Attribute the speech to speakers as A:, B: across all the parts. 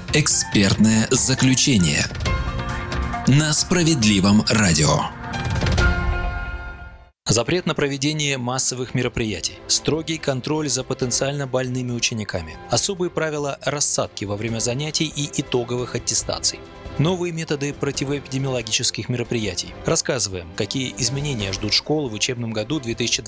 A: Экспертное заключение на Справедливом радио.
B: Запрет на проведение массовых мероприятий, строгий контроль за потенциально больными учениками, особые правила рассадки во время занятий и итоговых аттестаций, новые методы противоэпидемиологических мероприятий. Рассказываем, какие изменения ждут школы в учебном году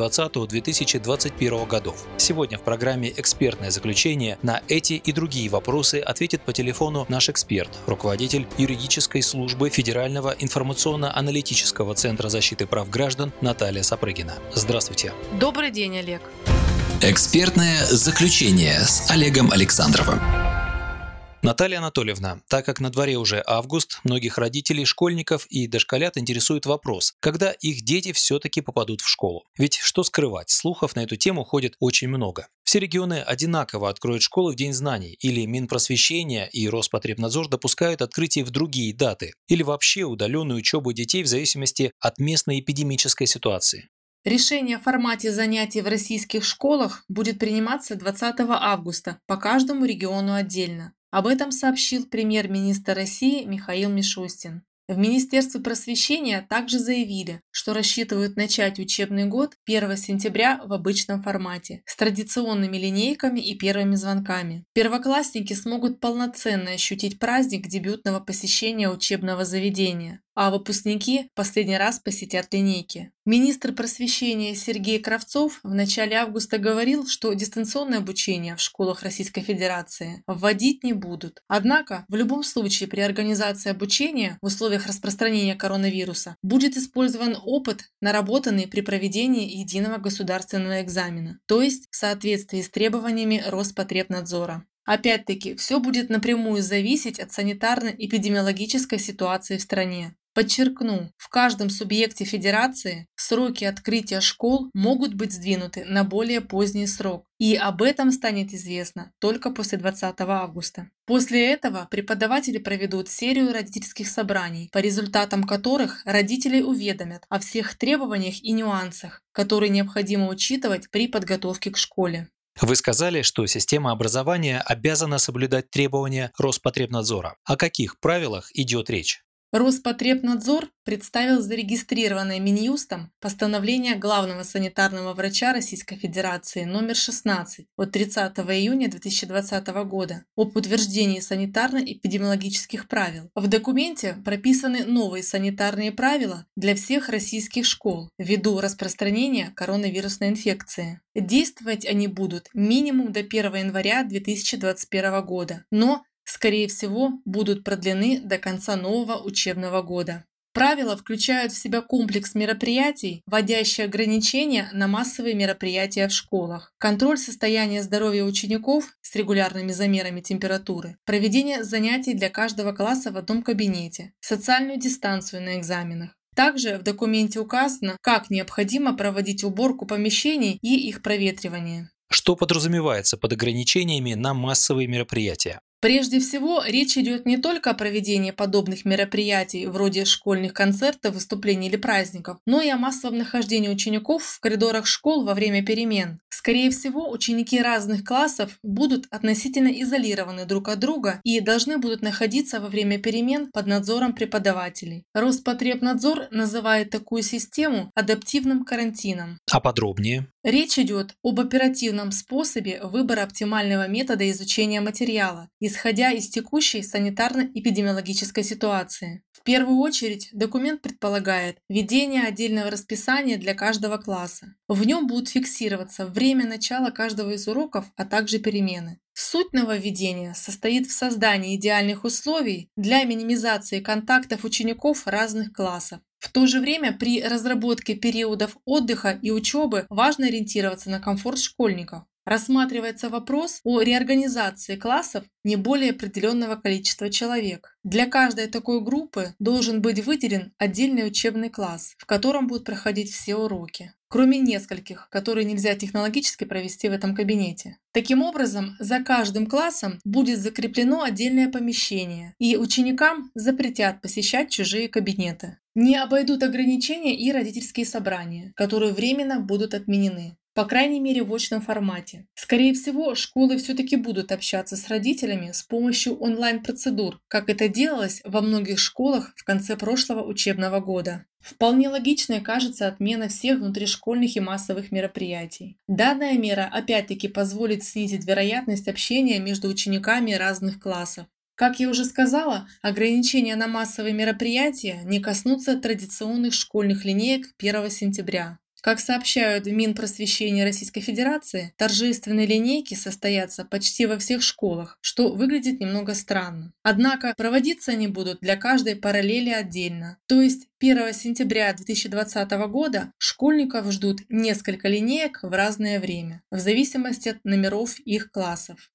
B: 2020-2021 годов. Сегодня в программе «Экспертное заключение» на эти и другие вопросы ответит по телефону наш эксперт, руководитель юридической службы Федерального информационно-аналитического центра защиты прав граждан Наталья Сапрыгина. Здравствуйте.
C: Добрый день, Олег.
A: Экспертное заключение с Олегом Александровым.
B: Наталья Анатольевна, так как на дворе уже август, многих родителей, школьников и дошколят интересует вопрос, когда их дети все-таки попадут в школу. Ведь что скрывать, слухов на эту тему ходит очень много. Все регионы одинаково откроют школы в День знаний, или Минпросвещение и Роспотребнадзор допускают открытие в другие даты, или вообще удаленную учебу детей в зависимости от местной эпидемической ситуации.
C: Решение о формате занятий в российских школах будет приниматься 20 августа по каждому региону отдельно. Об этом сообщил премьер-министр России Михаил Мишустин. В Министерстве просвещения также заявили, что рассчитывают начать учебный год 1 сентября в обычном формате, с традиционными линейками и первыми звонками. Первоклассники смогут полноценно ощутить праздник дебютного посещения учебного заведения, а выпускники в последний раз посетят линейки. Министр просвещения Сергей Кравцов в начале августа говорил, что дистанционное обучение в школах Российской Федерации вводить не будут. Однако, в любом случае при организации обучения в условиях распространения коронавируса будет использован опыт, наработанный при проведении единого государственного экзамена, то есть в соответствии с требованиями Роспотребнадзора. Опять-таки, все будет напрямую зависеть от санитарно-эпидемиологической ситуации в стране. Подчеркну, в каждом субъекте федерации сроки открытия школ могут быть сдвинуты на более поздний срок, и об этом станет известно только после 20 августа. После этого преподаватели проведут серию родительских собраний, по результатам которых родителей уведомят о всех требованиях и нюансах, которые необходимо учитывать при подготовке к школе.
B: Вы сказали, что система образования обязана соблюдать требования Роспотребнадзора. О каких правилах идет речь?
C: Роспотребнадзор представил зарегистрированное Минюстом постановление главного санитарного врача Российской Федерации номер 16 от 30 июня 2020 года об утверждении санитарно-эпидемиологических правил. В документе прописаны новые санитарные правила для всех российских школ ввиду распространения коронавирусной инфекции. Действовать они будут минимум до 1 января 2021 года, но скорее всего, будут продлены до конца нового учебного года. Правила включают в себя комплекс мероприятий, вводящие ограничения на массовые мероприятия в школах, контроль состояния здоровья учеников с регулярными замерами температуры, проведение занятий для каждого класса в одном кабинете, социальную дистанцию на экзаменах. Также в документе указано, как необходимо проводить уборку помещений и их проветривание.
B: Что подразумевается под ограничениями на массовые мероприятия?
C: Прежде всего, речь идет не только о проведении подобных мероприятий, вроде школьных концертов, выступлений или праздников, но и о массовом нахождении учеников в коридорах школ во время перемен. Скорее всего, ученики разных классов будут относительно изолированы друг от друга и должны будут находиться во время перемен под надзором преподавателей. Роспотребнадзор называет такую систему адаптивным карантином.
B: А подробнее?
C: Речь идет об оперативном способе выбора оптимального метода изучения материала, исходя из текущей санитарно-эпидемиологической ситуации. В первую очередь, документ предполагает введение отдельного расписания для каждого класса. В нем будут фиксироваться время начала каждого из уроков, а также перемены. Суть нововведения состоит в создании идеальных условий для минимизации контактов учеников разных классов. В то же время при разработке периодов отдыха и учебы важно ориентироваться на комфорт школьников. Рассматривается вопрос о реорганизации классов не более определенного количества человек. Для каждой такой группы должен быть выделен отдельный учебный класс, в котором будут проходить все уроки, кроме нескольких, которые нельзя технологически провести в этом кабинете. Таким образом, за каждым классом будет закреплено отдельное помещение, и ученикам запретят посещать чужие кабинеты. Не обойдут ограничения и родительские собрания, которые временно будут отменены. по крайней мере в очном формате. Скорее всего, школы все-таки будут общаться с родителями с помощью онлайн-процедур, как это делалось во многих школах в конце прошлого учебного года. Вполне логичной кажется отмена всех внутришкольных и массовых мероприятий. Данная мера опять-таки позволит снизить вероятность общения между учениками разных классов. Как я уже сказала, ограничения на массовые мероприятия не коснутся традиционных школьных линеек 1 сентября. Как сообщают в Минпросвещении Российской Федерации, торжественные линейки состоятся почти во всех школах, что выглядит немного странно. Однако проводиться они будут для каждой параллели отдельно. То есть 1 сентября 2020 года школьников ждут несколько линеек в разное время, в зависимости от номеров их классов.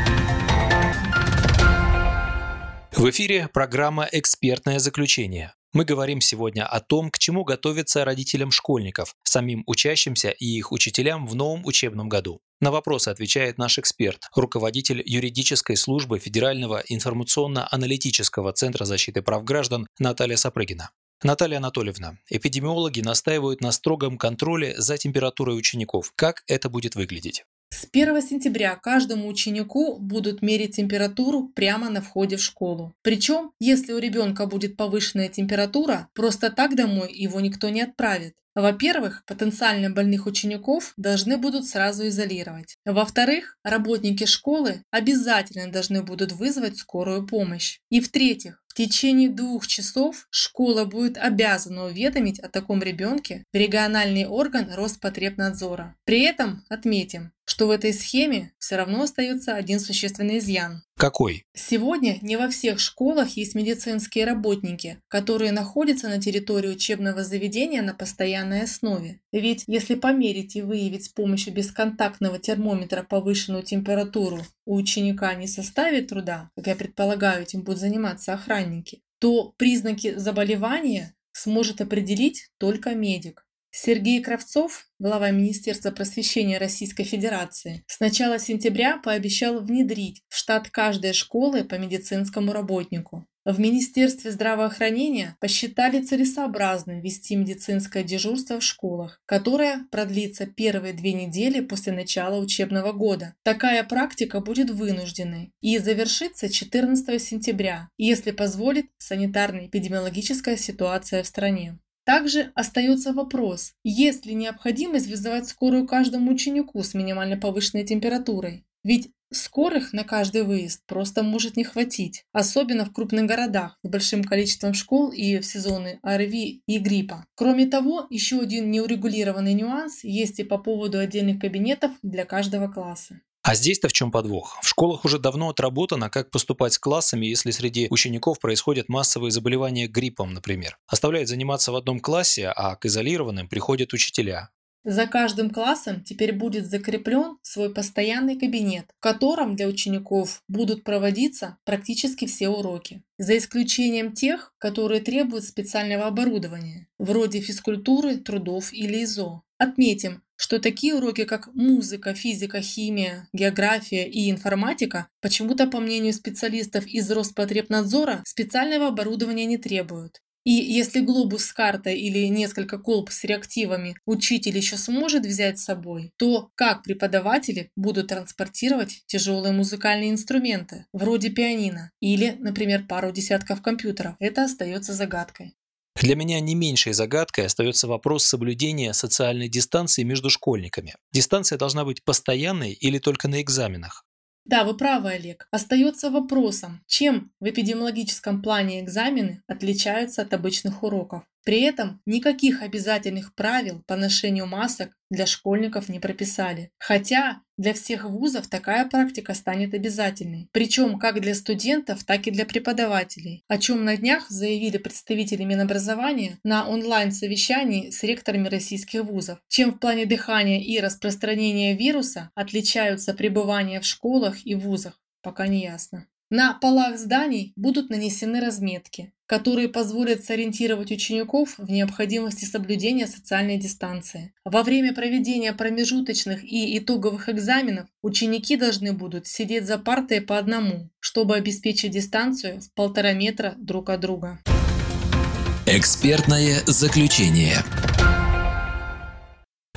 B: В эфире программа «Экспертное заключение». Мы говорим сегодня о том, к чему готовиться родителям школьников, самим учащимся и их учителям в новом учебном году. На вопросы отвечает наш эксперт, руководитель юридической службы Федерального информационно-аналитического центра защиты прав граждан Наталья Сапрыгина. Наталья Анатольевна, эпидемиологи настаивают на строгом контроле за температурой учеников. Как это будет выглядеть?
C: С 1 сентября каждому ученику будут мерить температуру прямо на входе в школу. Причем, если у ребенка будет повышенная температура, просто так домой его никто не отправит. Во-первых, потенциально больных учеников должны будут сразу изолировать. Во-вторых, работники школы обязательно должны будут вызвать скорую помощь. И в-третьих, в течение 2 часов школа будет обязана уведомить о таком ребенке в региональный орган Роспотребнадзора. При этом отметим, что в этой схеме все равно остается один существенный изъян.
B: Какой?
C: Сегодня не во всех школах есть медицинские работники, которые находятся на территории учебного заведения на постоянной основе. Ведь если померить и выявить с помощью бесконтактного термометра повышенную температуру у ученика не составит труда, как я предполагаю, этим будут заниматься охранники, то признаки заболевания сможет определить только медик. Сергей Кравцов, глава Министерства просвещения Российской Федерации, с начала сентября пообещал внедрить в штат каждой школы по медицинскому работнику. В Министерстве здравоохранения посчитали целесообразным ввести медицинское дежурство в школах, которое продлится первые 2 недели после начала учебного года. Такая практика будет вынужденной и завершится 14 сентября, если позволит санитарно-эпидемиологическая ситуация в стране. Также остается вопрос, есть ли необходимость вызывать скорую каждому ученику с минимально повышенной температурой? Ведь скорых на каждый выезд просто может не хватить, особенно в крупных городах с большим количеством школ и в сезоны ОРВИ и гриппа. Кроме того, еще один неурегулированный нюанс есть и по поводу отдельных кабинетов для каждого класса.
B: А здесь-то в чем подвох? В школах уже давно отработано, как поступать с классами, если среди учеников происходят массовые заболевания гриппом, например. Оставляют заниматься в одном классе, а к изолированным приходят учителя.
C: За каждым классом теперь будет закреплен свой постоянный кабинет, в котором для учеников будут проводиться практически все уроки, за исключением тех, которые требуют специального оборудования, вроде физкультуры, трудов или ИЗО. Отметим, что такие уроки, как музыка, физика, химия, география и информатика, почему-то, по мнению специалистов из Роспотребнадзора, специального оборудования не требуют. И если глобус с картой или несколько колб с реактивами учитель еще сможет взять с собой, то как преподаватели будут транспортировать тяжелые музыкальные инструменты, вроде пианино, или, например, пару десятков компьютеров, это остается загадкой.
B: Для меня не меньшей загадкой остается вопрос соблюдения социальной дистанции между школьниками. Дистанция должна быть постоянной или только на экзаменах?
C: Да, вы правы, Олег. Остается вопросом, чем в эпидемиологическом плане экзамены отличаются от обычных уроков. При этом никаких обязательных правил по ношению масок для школьников не прописали. Хотя для всех вузов такая практика станет обязательной. Причем как для студентов, так и для преподавателей. О чем на днях заявили представители Минобразования на онлайн-совещании с ректорами российских вузов. Чем в плане дыхания и распространения вируса отличаются пребывания в школах и вузах, пока не ясно. На полах зданий будут нанесены разметки, которые позволят сориентировать учеников в необходимости соблюдения социальной дистанции. Во время проведения промежуточных и итоговых экзаменов ученики должны будут сидеть за партой по одному, чтобы обеспечить дистанцию в 1,5 метра друг от друга.
A: Экспертное заключение.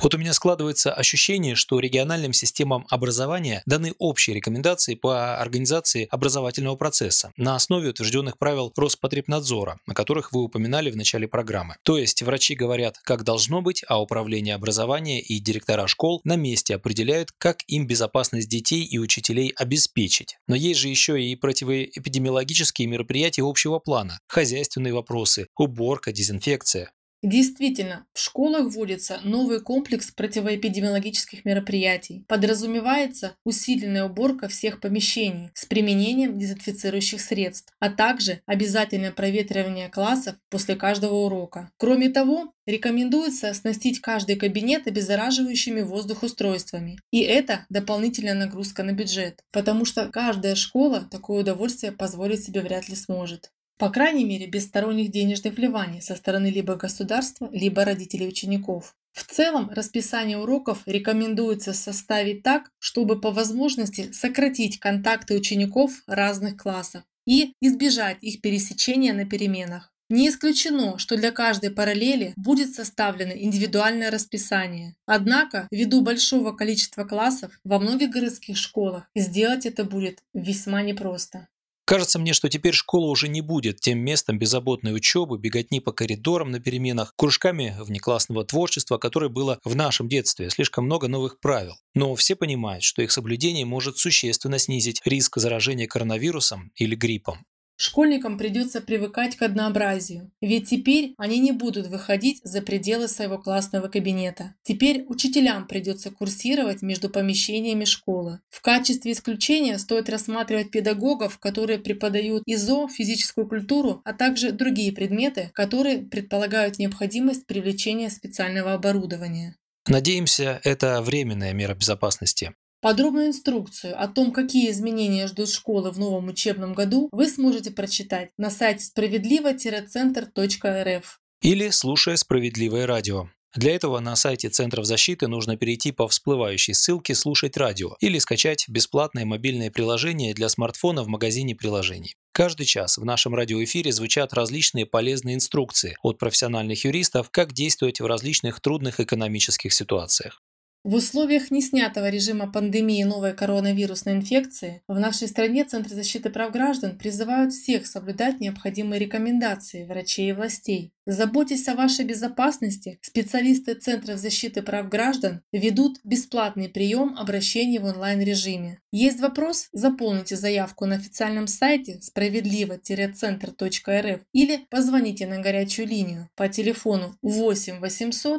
B: Вот у меня складывается ощущение, что региональным системам образования даны общие рекомендации по организации образовательного процесса на основе утвержденных правил Роспотребнадзора, о которых вы упоминали в начале программы. То есть врачи говорят, как должно быть, а управление образования и директора школ на месте определяют, как им безопасность детей и учителей обеспечить. Но есть же еще и противоэпидемиологические мероприятия общего плана, хозяйственные вопросы, уборка, дезинфекция.
C: Действительно, в школах вводится новый комплекс противоэпидемиологических мероприятий. Подразумевается усиленная уборка всех помещений с применением дезинфицирующих средств, а также обязательное проветривание классов после каждого урока. Кроме того, рекомендуется оснастить каждый кабинет обеззараживающими воздухоустройствами. И это дополнительная нагрузка на бюджет, потому что каждая школа такое удовольствие позволить себе вряд ли сможет. По крайней мере, без сторонних денежных вливаний со стороны либо государства, либо родителей учеников. В целом, расписание уроков рекомендуется составить так, чтобы по возможности сократить контакты учеников разных классов и избежать их пересечения на переменах. Не исключено, что для каждой параллели будет составлено индивидуальное расписание. Однако, ввиду большого количества классов во многих городских школах сделать это будет весьма непросто.
B: Кажется мне, что теперь школа уже не будет тем местом беззаботной учебы, беготни по коридорам на переменах, кружками внеклассного творчества, которое было в нашем детстве. Слишком много новых правил. Но все понимают, что их соблюдение может существенно снизить риск заражения коронавирусом или гриппом.
C: Школьникам придется привыкать к однообразию, ведь теперь они не будут выходить за пределы своего классного кабинета. Теперь учителям придется курсировать между помещениями школы. В качестве исключения стоит рассматривать педагогов, которые преподают ИЗО, физическую культуру, а также другие предметы, которые предполагают необходимость привлечения специального оборудования.
B: Надеемся, это временная мера безопасности.
C: Подробную инструкцию о том, какие изменения ждут школы в новом учебном году, вы сможете прочитать на сайте справедливо-центр.рф.
B: Или слушая «Справедливое радио». Для этого на сайте Центров защиты нужно перейти по всплывающей ссылке «Слушать радио» или скачать бесплатное мобильное приложение для смартфона в магазине приложений. Каждый час в нашем радиоэфире звучат различные полезные инструкции от профессиональных юристов, как действовать в различных трудных экономических ситуациях.
C: В условиях неснятого режима пандемии новой коронавирусной инфекции в нашей стране Центры защиты прав граждан призывают всех соблюдать необходимые рекомендации врачей и властей. Заботясь о вашей безопасности, специалисты Центров защиты прав граждан ведут бесплатный прием обращений в онлайн-режиме. Есть вопрос? Заполните заявку на официальном сайте справедливо-центр.рф или позвоните на горячую линию по телефону 8 800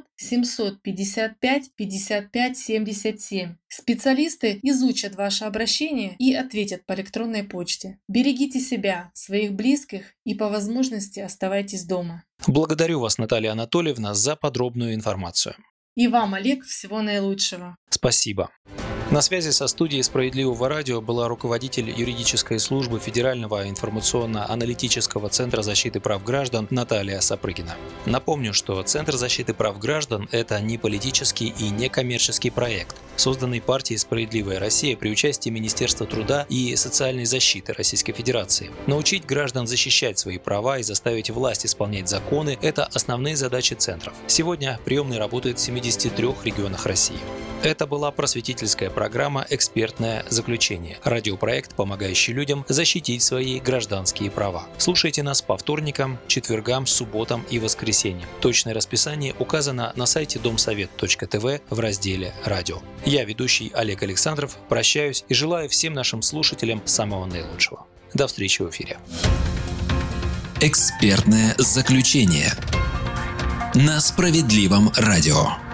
C: 755 55 77. Специалисты изучат ваше обращение и ответят по электронной почте. Берегите себя, своих близких и по возможности оставайтесь дома.
B: Благодарю вас, Наталья Анатольевна, за подробную информацию.
C: И вам, Олег, всего наилучшего.
B: Спасибо. На связи со студией «Справедливого радио» была руководитель юридической службы Федерального информационно-аналитического центра защиты прав граждан Наталья Сапрыгина. Напомню, что Центр защиты прав граждан – это не политический и не коммерческий проект, созданный партией «Справедливая Россия» при участии Министерства труда и социальной защиты Российской Федерации. Научить граждан защищать свои права и заставить власть исполнять законы – это основные задачи центров. Сегодня приемные работают в 73 регионах России. Это была просветительская программа «Экспертное заключение». Радиопроект, помогающий людям защитить свои гражданские права. Слушайте нас по вторникам, четвергам, субботам и воскресеньям. Точное расписание указано на сайте domsovet.tv в разделе «Радио». Я, ведущий Олег Александров, прощаюсь и желаю всем нашим слушателям самого наилучшего. До встречи в эфире.
A: «Экспертное заключение» на Справедливом радио.